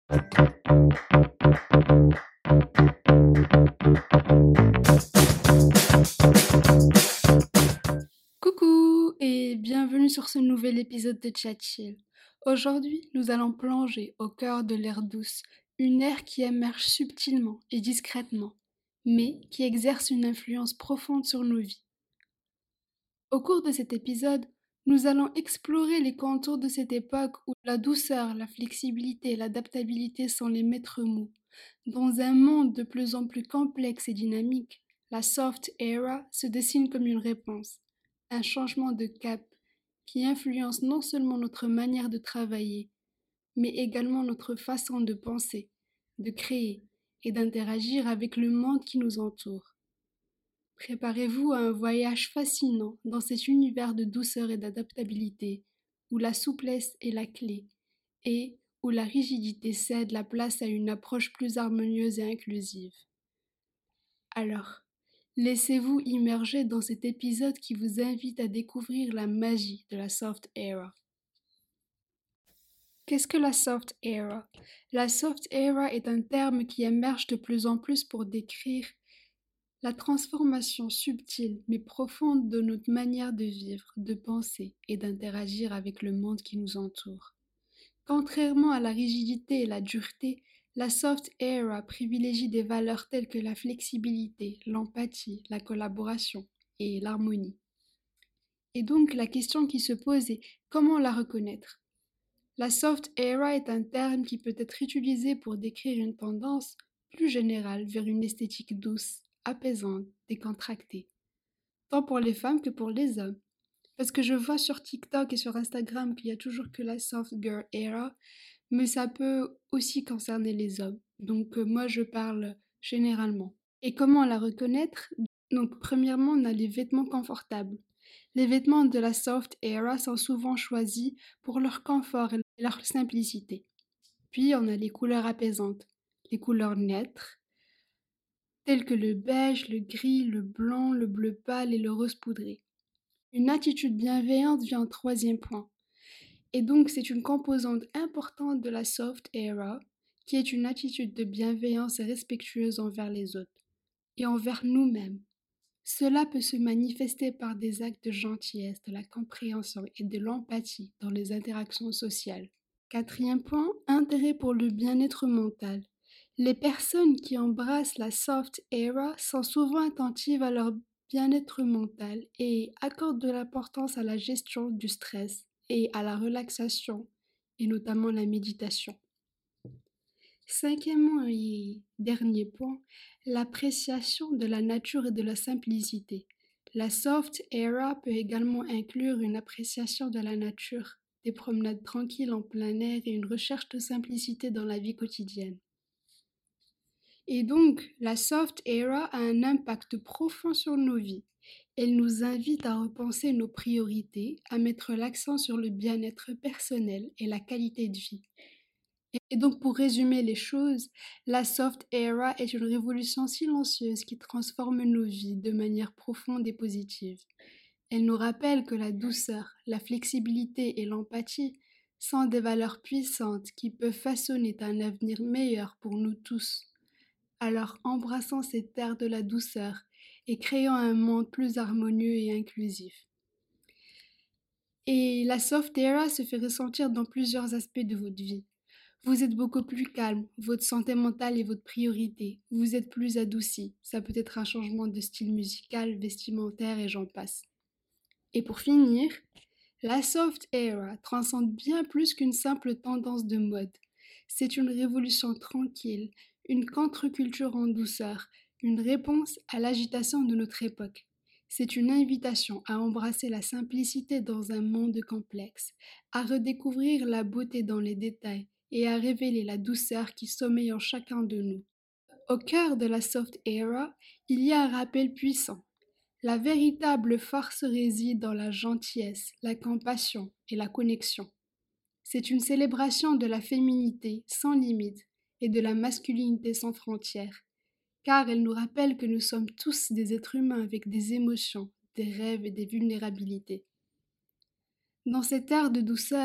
Coucou et bienvenue sur ce nouvel épisode de Chat Chill. Aujourd'hui, nous allons plonger au cœur de l'air douce, une air qui émerge subtilement et discrètement, mais qui exerce une influence profonde sur nos vies. Au cours de cet épisode, nous allons explorer les contours de cette époque où la douceur, la flexibilité et l'adaptabilité sont les maîtres mots. Dans un monde de plus en plus complexe et dynamique, la soft era se dessine comme une réponse, un changement de cap qui influence non seulement notre manière de travailler, mais également notre façon de penser, de créer et d'interagir avec le monde qui nous entoure. Préparez-vous à un voyage fascinant dans cet univers de douceur et d'adaptabilité, où la souplesse est la clé et où la rigidité cède la place à une approche plus harmonieuse et inclusive. Alors, laissez-vous immerger dans cet épisode qui vous invite à découvrir la magie de la soft era. Qu'est-ce que la soft era? La soft era est un terme qui émerge de plus en plus pour décrire la transformation subtile mais profonde de notre manière de vivre, de penser et d'interagir avec le monde qui nous entoure. Contrairement à la rigidité et la dureté, la soft era privilégie des valeurs telles que la flexibilité, l'empathie, la collaboration et l'harmonie. Et donc la question qui se pose est comment la reconnaître? La soft era est un terme qui peut être utilisé pour décrire une tendance plus générale vers une esthétique douce, apaisante, décontractée, tant pour les femmes que pour les hommes. Parce que je vois sur TikTok et sur Instagram qu'il y a toujours que la soft girl era, mais ça peut aussi concerner les hommes. Donc moi je parle généralement. Et comment la reconnaître? Donc premièrement, on a les vêtements confortables. Les vêtements de la soft era sont souvent choisis pour leur confort et leur simplicité. Puis on a les couleurs apaisantes, les couleurs neutres, telles que le beige, le gris, le blanc, le bleu pâle et le rose poudré. Une attitude bienveillante vient en troisième point. Et donc c'est une composante importante de la soft era, qui est une attitude de bienveillance et respectueuse envers les autres et envers nous-mêmes. Cela peut se manifester par des actes de gentillesse, de la compréhension et de l'empathie dans les interactions sociales. Quatrième point, intérêt pour le bien-être mental. Les personnes qui embrassent la soft era sont souvent attentives à leur bien-être mental et accordent de l'importance à la gestion du stress et à la relaxation, et notamment la méditation. Cinquièmement et dernier point, l'appréciation de la nature et de la simplicité. La soft era peut également inclure une appréciation de la nature, des promenades tranquilles en plein air et une recherche de simplicité dans la vie quotidienne. Et donc, la soft era a un impact profond sur nos vies. Elle nous invite à repenser nos priorités, à mettre l'accent sur le bien-être personnel et la qualité de vie. Et donc, pour résumer les choses, la soft era est une révolution silencieuse qui transforme nos vies de manière profonde et positive. Elle nous rappelle que la douceur, la flexibilité et l'empathie sont des valeurs puissantes qui peuvent façonner un avenir meilleur pour nous tous. Alors, embrassons cette ère de la douceur et créons un monde plus harmonieux et inclusif. Et la soft era se fait ressentir dans plusieurs aspects de votre vie. Vous êtes beaucoup plus calme, votre santé mentale est votre priorité, vous êtes plus adouci, ça peut être un changement de style musical, vestimentaire et j'en passe. Et pour finir, la soft era transcende bien plus qu'une simple tendance de mode. C'est une révolution tranquille, une contre-culture en douceur, une réponse à l'agitation de notre époque. C'est une invitation à embrasser la simplicité dans un monde complexe, à redécouvrir la beauté dans les détails et à révéler la douceur qui sommeille en chacun de nous. Au cœur de la soft era, il y a un rappel puissant. La véritable force réside dans la gentillesse, la compassion et la connexion. C'est une célébration de la féminité sans limite et de la masculinité sans frontières, car elle nous rappelle que nous sommes tous des êtres humains avec des émotions, des rêves et des vulnérabilités. Dans cette ère de douceur,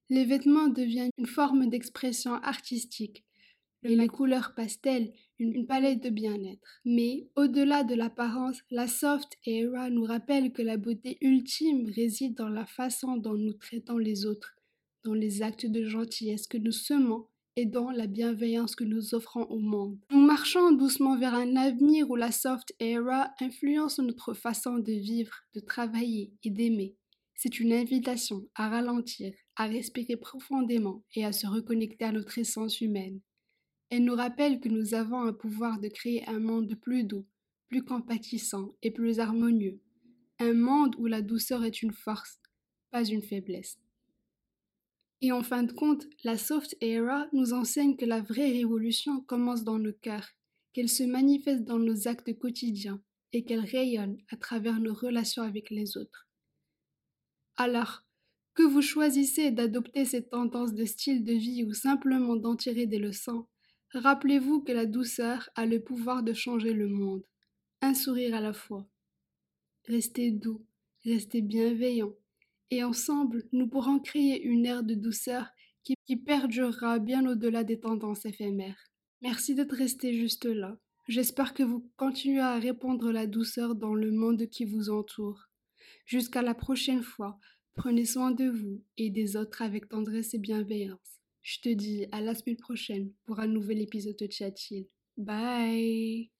Les vêtements deviennent une forme d'expression artistique, et les couleurs pastel, une palette de bien-être. Mais, au-delà de l'apparence, la soft era nous rappelle que la beauté ultime réside dans la façon dont nous traitons les autres, dans les actes de gentillesse que nous semons et dans la bienveillance que nous offrons au monde. Nous marchons doucement vers un avenir où la soft era influence notre façon de vivre, de travailler et d'aimer. C'est une invitation à ralentir, à respirer profondément et à se reconnecter à notre essence humaine. Elle nous rappelle que nous avons un pouvoir de créer un monde plus doux, plus compatissant et plus harmonieux. Un monde où la douceur est une force, pas une faiblesse. Et en fin de compte, la soft era nous enseigne que la vraie révolution commence dans nos cœurs, qu'elle se manifeste dans nos actes quotidiens et qu'elle rayonne à travers nos relations avec les autres. Alors, que vous choisissez d'adopter cette tendance de style de vie ou simplement d'en tirer des leçons, rappelez-vous que la douceur a le pouvoir de changer le monde, un sourire à la fois. Restez doux, restez bienveillants, et ensemble, nous pourrons créer une ère de douceur qui perdurera bien au-delà des tendances éphémères. Merci d'être resté juste là. J'espère que vous continuez à répandre la douceur dans le monde qui vous entoure. Jusqu'à la prochaine fois, prenez soin de vous et des autres avec tendresse et bienveillance. Je te dis à la semaine prochaine pour un nouvel épisode de Chat Chill. Bye!